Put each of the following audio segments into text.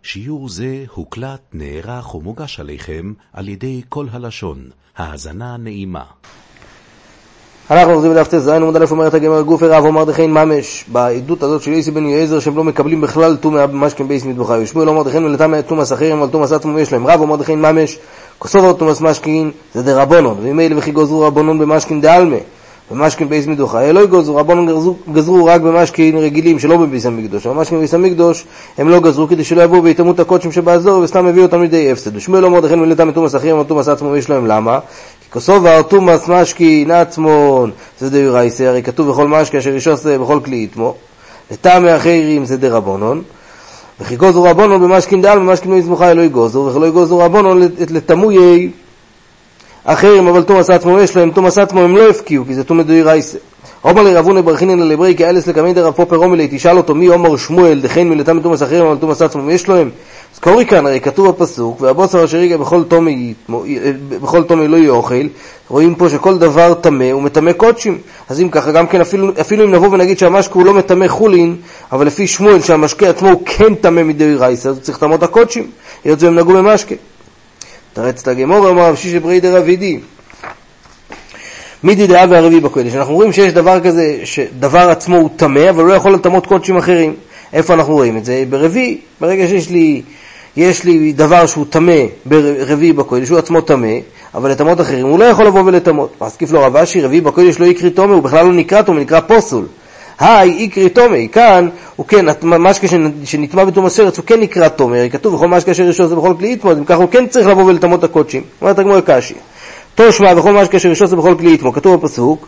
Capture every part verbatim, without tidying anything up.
שיעור זה הוקלט, נערך ומוגש עליכם על ידי כל הלשון. האזנה נעימה. אנחנו עוזרים לדף תזיין עמוד א' אומרת הגמרא גופי רב אומר דכן ממש. בעדות הזאת של יוסי בן יועזר שהם לא מקבלים בכלל טומאה במשכן בייס מטבחי. ושמואל אומר דכן ולטמא תומאס אחרים, אבל תומאס עצמו יש להם. רב אומר דכן ממש כוסובר תומאס משכין זה דרבנון, וממילא וכי גזרו רבנון במשכין דעלמא במשכין בייס מטבחי. לא גזרו רבנון, גזרו, גזרו רק במשכין רגילים שלא בבייס המקדוש. במשכין בייס המקדוש הם לא גזרו כדי שלא יבואו ויתמו את הקודשים שבאזור וסתם הביאו אותם לידי הפסד. ושמואל אומר דכן ולטמא תומאס אחרים, אבל תומאס עצמו יש להם. למה? כוסובר תומאס משכין עצמון זה דאורייתא, הרי כתוב בכל משכן אשר ישוסה בכל כלי יתמו. לטמא אחרים זה דרבנון, וכי גוזרו רבנון במשכין דעלמא במשכין בייס מטבחי לא יגוזרו, וכי לא יגוזרו רבנון לתמויי אחרים, אבל תומאס עצמו יש להם. תומאס עצמו הם לא הפקיעו כי זה תומא דאורייתא. אומר לי רבונה ברכינן ללברי כי אלס לקמי דרב פופר רומלי, תשאל אותו מי אומר שמואל דכן מלטמא תומאס אחרים, אבל תומאס עצמו יש להם. אז קורי כאן, הרי כתוב בפסוק והבוסר אשר יגע בכל תומא בכל תומא לא יאכל. רואים פה שכל דבר טמא הוא מטמא קודשים. אז אם ככה גם כן אפילו, אפילו אם נבוא ונגיד שהמשקה הוא לא מטמא חולין, אבל לפי שמואל שהמשקה עצמו הוא כן טמא מדאורייתא, אז הוא צריך לטמא את הקודשים היות והם נגעו במשקה. תרץ את הגמרא, אמר רב שישי ברי דרבידי מידי דעה והרביעי בקודש. אנחנו רואים שיש דבר כזה שדבר עצמו הוא טמא אבל לא יכול לטמא קודשים אחרים. איפה אנחנו רואים את זה? ברביעי. ברגע שיש לי יש לי דבר שהוא טמא ברביעי בקודש, הוא עצמו טמא, אבל לטמאות אחרים הוא לא יכול לבוא ולטמאות. אז כיף לו רבה שרביעי בקודש לא יקרי טומא, הוא בכלל לא נקרא טומא, נקרא פוסול. היי, יקרי טומא, כאן הוא כן, משקה שנטמא בתומא שרץ הוא כן נקרא טומא, הרי כתוב בכל משקה אשר ישוסה בכל כלי יטמו, אז אם ככה הוא כן צריך לבוא ולטמאות הקודשים. אומרת הגמרא קשיא, תושמע בכל משקה אשר ישוסה בכל כלי יטמו, כתוב בפסוק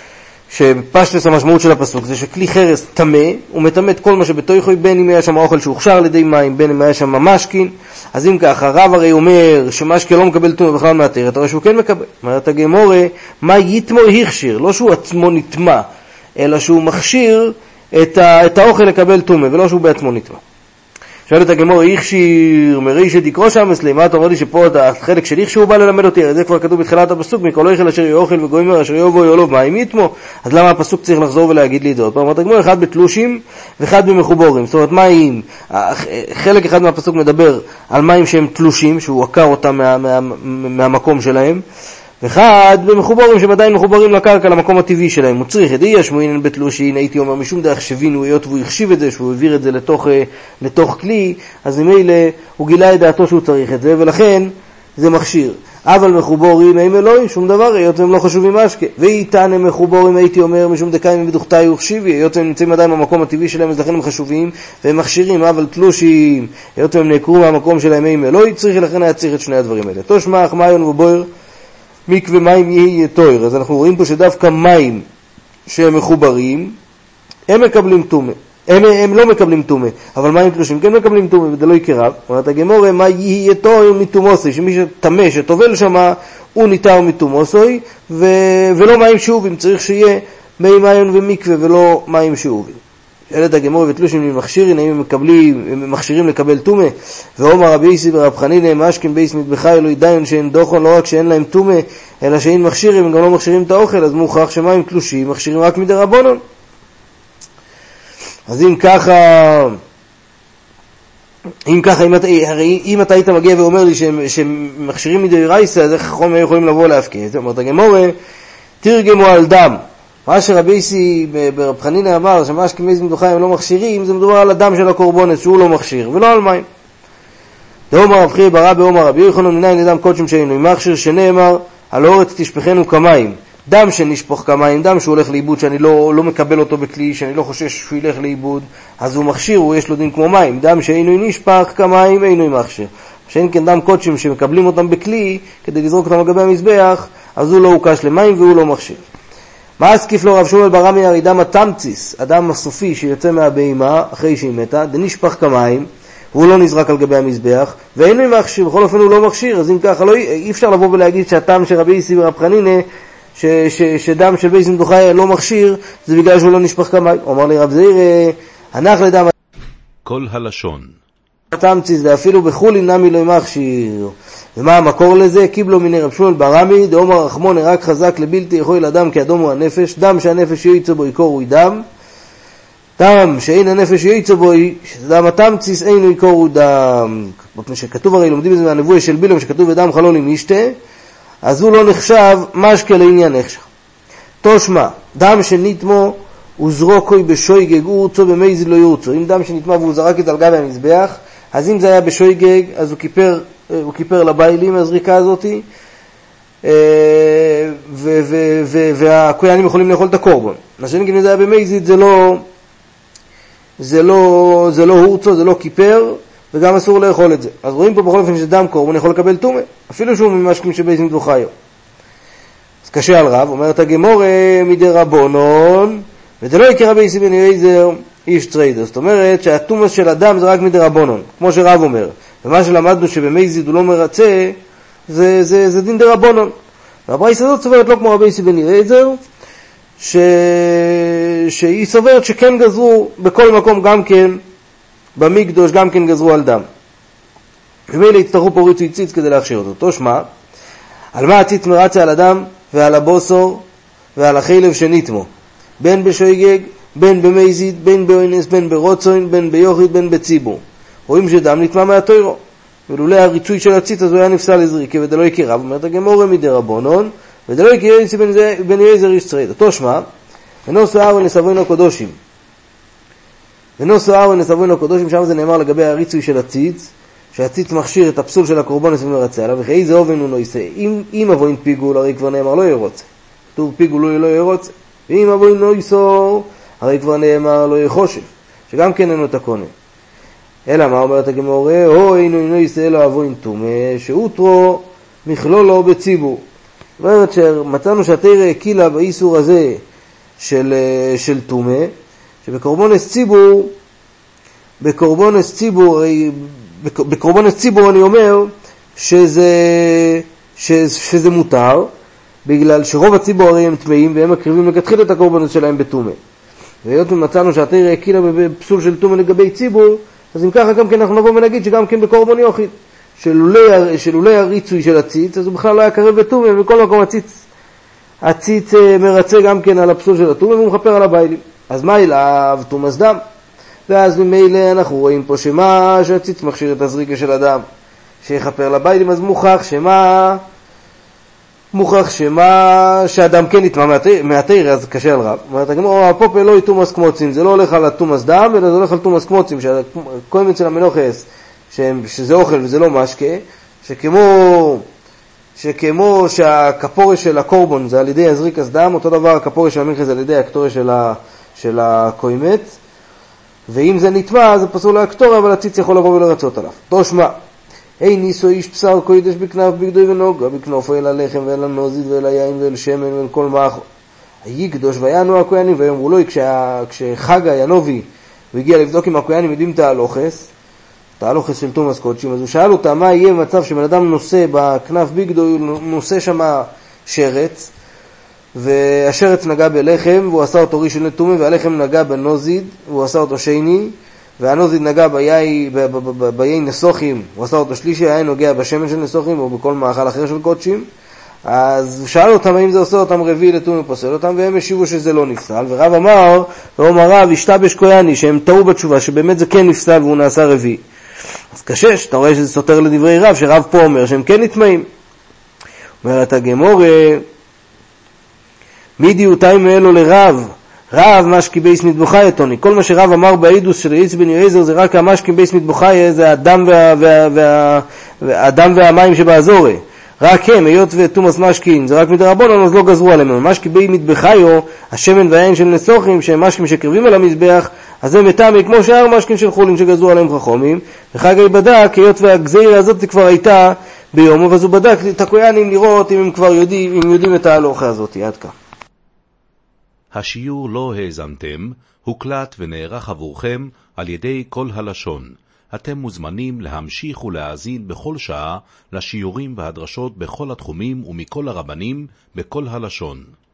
שפשטס המשמעות של הפסוק זה שכלי חרס טמא, הוא מטמא את כל מה שבתוכו, בין אם היה שם אוכל שהוכשר על ידי מים, בין אם היה שם משכין. אז אם ככה, הרב הרי אומר שמשקה לא מקבל טומאה בכלל מהתרת, הרי שהוא כן מקבל. אומרת הגמרא, מה יטמו הכשיר? לא שהוא עצמו נטמא, אלא שהוא מכשיר את, ה- את האוכל לקבל טומאה, ולא שהוא בעצמו נטמא. שואלת הגמרא, הכשיר מרישא דקרא שם אצלי, מה אתה אומר לי שפה החלק של הכשיר הוא בא ללמד אותי? זה כבר כתוב בתחילת הפסוק, מכל אוכל אשר יאכל וגוימר אשר יבוא יאלוב מים יטמו. אז למה הפסוק צריך לחזור ולהגיד לי את זה? אומרת הגמרא, אחד בתלושים ואחד במחובורים. זאת אומרת, מים, חלק אחד מהפסוק מדבר על מים שהם תלושים, שהוא עקר אותם מה, מה, מהמקום שלהם, ואחד במחוברים שעדיין מחוברים לקרקע, למקום הטבעי שלהם. הוא צריך את אי השמועין בתלושין, הייתי אומר משום דרך שבינו, היות והוא החשיב את זה, שהוא העביר את זה לתוך, לתוך כלי, אז ממילא הוא גילה את דעתו שהוא צריך את זה, ולכן זה מכשיר. אבל מחוברים הם אלוהי, שום דבר, היות והם לא חשובים משקה. ואיתן הם מחוברים, הייתי אומר, משום דקאים ודוכתאי וחשיבי, היות והם נמצאים עדיין במקום הטבעי שלהם, אז לכן הם חשובים, והם מכשירים. אבל תלושים, היות והם נעקרו מהמקום שלהם הם אלוהי, צריך, לכן היה צריך את שני הדברים האלה. תושמח, מעיון ובויר, מקווה מים יהיה תויר. אז אנחנו רואים פה שדווקא מים שהם מחוברים הם מקבלים טומאה, הם, הם לא מקבלים טומאה, אבל מים תלושים כן מקבלים טומאה, וזה לא יקרב. אומרת הגמרא, מה יהיה תויר מטומאוסי, שמי שטמא שטובל שמה הוא ניתר מטומאוסי, ו... ולא מים שאובים, צריך שיהיה מי מים ומקווה ולא מים שאובים. שאלת הגמרא, ותלושים למכשירים, האם הם מקבלים, הם מכשירים לקבל טומאה? ואומר רבי יוסי ורב חנינא, משכן בייס מטבחי לא ידיין שאין דוחון, לא רק שאין להם טומאה, אלא שאין מכשירים, הם גם לא מכשירים את האוכל, אז מוכרח שמים תלושים מכשירים רק מדרבנן. אז אם ככה, אם ככה, אם אתה, הרי אם אתה היית מגיע ואומר לי שהם, שהם מכשירים מדאורייתא, אז איך חכמים יכולים לבוא להפקיע? זאת אומרת הגמרא, תרגמו על דם. מה שרבי יוסי ברב חנינא אמר שמשכן בייס מטבחי הם לא מכשירים, זה מדובר על הדם של הקורבנות שהוא לא מכשיר, ולא על מים. דאמר רב חייא בר אבא אמר רבי יוחנן מנין לדם קודשים שאינו מכשיר, שנאמר על הארץ תשפכנו כמים. דם שנשפוך כמים, דם שהוא הולך לאיבוד, שאני לא, לא מקבל אותו בכלי, שאני לא חושש שהוא ילך לאיבוד, אז הוא מכשיר, הוא יש לו דין כמו מים. דם שאינו נשפך כמים אינו מכשיר. שאין כן דם קודשים שמקבלים אותם בכלי כדי לזרוק אותם על גבי המזבח, אז הוא לא הוקש למים והוא לא מכשיר. מה הסקיף לו רב שמואל בר עמי, הרי דם התמציס, הדם הסופי שיוצא מהבהמה אחרי שהיא מתה, דנשפך כמים, והוא לא נזרק על גבי המזבח, ואין לו מכשיר, בכל אופן הוא לא מכשיר. אז אם ככה לא, אי אפשר לבוא ולהגיד שהטעם של רבי יוסי ורב חנינא ש, ש, שדם של בייס מטבחי לא מכשיר, זה בגלל שהוא לא נשפך כמים. אומר לי רב זעיר, הנח לדם כל הלשון התמציס, ואפילו בחולין נמי לא מכשיר. ומה המקור לזה? קיבלו מיני רב שמואל בר עמי, דאמר רחמון רק חזק לבלתי יכול אדם כי אדום הוא הנפש, דם שהנפש יוצא בו יקור הוא דם, דם שאין הנפש יצא בו, שדם התמציס אינו יקורו דם. שכתוב הרי, לומדים את זה מהנבואה של בילום, שכתוב בדם חלול עם ישתה, אז הוא לא נחשב משקה לעניין נחשך. תושמע, דם שנתמו וזרוקוי בשויגג אורצו במייזיד לא יורצו. אם דם שנתמה והוא זרק את על גבי המזבח, אז אם זה היה בשויגג, אז הוא כיפר, הוא כיפר לביילים הזריקה הזאת, והכהנים יכולים לאכול את הקורבן. השני, אם זה היה במייזיד, זה לא, זה לא, זה לא הורצו, זה לא כיפר, וגם אסור לאכול את זה. אז רואים פה בכל אופן שדם קורבן יכול לקבל תומה, אפילו שהוא ממשקים שבייס מטבחיו. אז קשה על רב, אומרת הגמורה מדי רבונון, וזה לא יקרה בייס בן אליעזר איש טריידר. זאת אומרת שהתומס של אדם זה רק מדי רבונון, כמו שרב אומר. ומה שלמדנו שבמייזיד הוא לא מרצה, זה, זה, זה דין די רבונון. והברייס הזאת סוברת לא כמו רבי יוסי בן אליעזר, ש... שהיא סוברת שכן גזרו בכל מקום גם כן, במקדוש גם כן גזרו על דם. ומילא יצטרכו פה ריצוי ציץ כדי להכשיר אותו. תושמע, על מה הציץ מרצה על הדם ועל הבוסור ועל החילב שנתמו, בין בשויגג, בין במייזיד, בין באוינס, בין ברוצוין, בין ביוחד, בין בציבור. רואים שדם נטמע מהתוירו. ולולא הריצוי של הציץ אז הוא היה נפסל לזריקה ודלא יקרה. אומרת הגמורה מדי רבונון, ודלא יקרה בן אליעזר איש טריידר. תושמע, ונוסו אהרון לסבונו קדושים. ונוסו אהרון לסבונו קדושים, שם זה נאמר לגבי הריצוי של הציץ, שהציץ מכשיר את הפסול של הקורבן ומרצה עליו, וכי איזה אובן הוא לא יישא. אם, אם אבוין פיגול, הרי כבר נאמר לא ירוצה. כתוב פיגול לא, לא ירוצה. ואם אבוין לא יישא, הרי כבר נאמר לא יחושב, שגם כן אינו תקונה. אלא מה אומרת הגמורה? או אינו אינו יישא אלו אבוין תומה, שאותרו מכלולו בציבור. זאת אומרת שמצאנו שהתירה הקילה באיסור הזה של, של תומה, שבקורבנס ציבור, בקורבנס ציבור, בקורבנס ציבור אני אומר שזה, שזה, שזה מותר, בגלל שרוב הציבור הרי הם טמאים והם מקריבים לכתחיל את הקורבנס שלהם בתומה. והיות מצאנו שהתירה הקילה בפסול של תומה לגבי ציבור, אז אם ככה גם כן אנחנו נבוא ונגיד שגם כן בקורבן יוחיד, שלולא הריצוי של הציץ, אז הוא בכלל לא היה קרב בתומה, ובכל מקום הציץ, הציץ מרצה גם כן על הפסול של התומה, והוא מחפר על הביילים. אז מה אליו? תומס דם. ואז ממילא אנחנו רואים פה שמה שהציץ מכשיר את הזריקה של אדם, שיחפר לביילים, אז מוכח שמה, מוכח שמה, שאדם כן נטמע מהתיר, אז קשה על רב. אומרת, הפופה לא יתומס קמוצים, זה לא הולך על התומס דם, אלא זה הולך על תומס קמוצים, שהקוימן של המנוחס, שזה אוכל וזה לא משקה, שכמו, שכמו שהכפורש של הקורבן זה על ידי הזריקס דם, אותו דבר הכפורש של המנחה זה על ידי הקטורש של, ה, של הקוימת, ואם זה נטמע, זה פסול להקטור, אבל הציץ יכול לבוא ולרצות עליו. תושמע, אין ניסו איש בשר קוידש בכנף בגדוי ונוגה, בכנופו אל הלחם ואל הנוזית ואל היין ואל שמן ואל כל מאחו. היקדוש ויענו הכהנים ויאמרו לו, כשה, כשחגה ינובי והגיע לבדוק אם הכהנים יודעים תהלוכס, תהלוכס של תומס קודשים, אז הוא שאל אותה מה יהיה במצב שבן אדם נושא בכנף בגדוי, נושא שם שרץ, והשרץ נגע בלחם והוא עשה אותו ראשון לתומה, והלחם נגע בנוזית והוא עשה אותו שני, והנוזית נגע ביין, ביין נסוכים, הוא עשה אותו שלישי, היין נוגע בשמן של נסוכים או בכל מאכל אחר של קודשים. אז הוא שאל אותם האם זה עושה אותם רביעי לתומה פוסל אותם, והם השיבו שזה לא נפסל. ורב אמר, ואומר רב, השתבש קויאני, שהם טעו בתשובה, שבאמת זה כן נפסל והוא נעשה רביעי. אז קשה, שאתה רואה שזה סותר לדברי רב, שרב פה אומר שהם כן נטמעים. אומרת הגמורה, מי דיוטי מאלו לרב? רב משקי בייס מטבחיה תוני. כל מה שרב אמר בעידוס של יצ בן אליעזר זה רק המשקי בייס מטבחיה, זה הדם וה, וה, וה, וה, הדם והמים שבאזורי. רק הם, היות ותומס משקין, זה רק מדרבנן, אז לא גזרו עליהם. משקי בי מטבחיו, השמן והיין של נסוכים, שהם משקים שקרבים על המזבח, אז הם מטעמי כמו שאר משקים של חולין שגזרו עליהם חכמים. וחגי בדק, היות והגזירה הזאת כבר הייתה ביום, אז הוא בדק את הכהנים לראות אם הם כבר יודעים, אם יודעים את ההלוכה הזאת. עד כאן. השיעור לא האזנתם, הוקלט ונערך עבורכם על ידי כל הלשון. אתם מוזמנים להמשיך ולהאזין בכל שעה לשיעורים והדרשות בכל התחומים ומכל הרבנים בכל הלשון.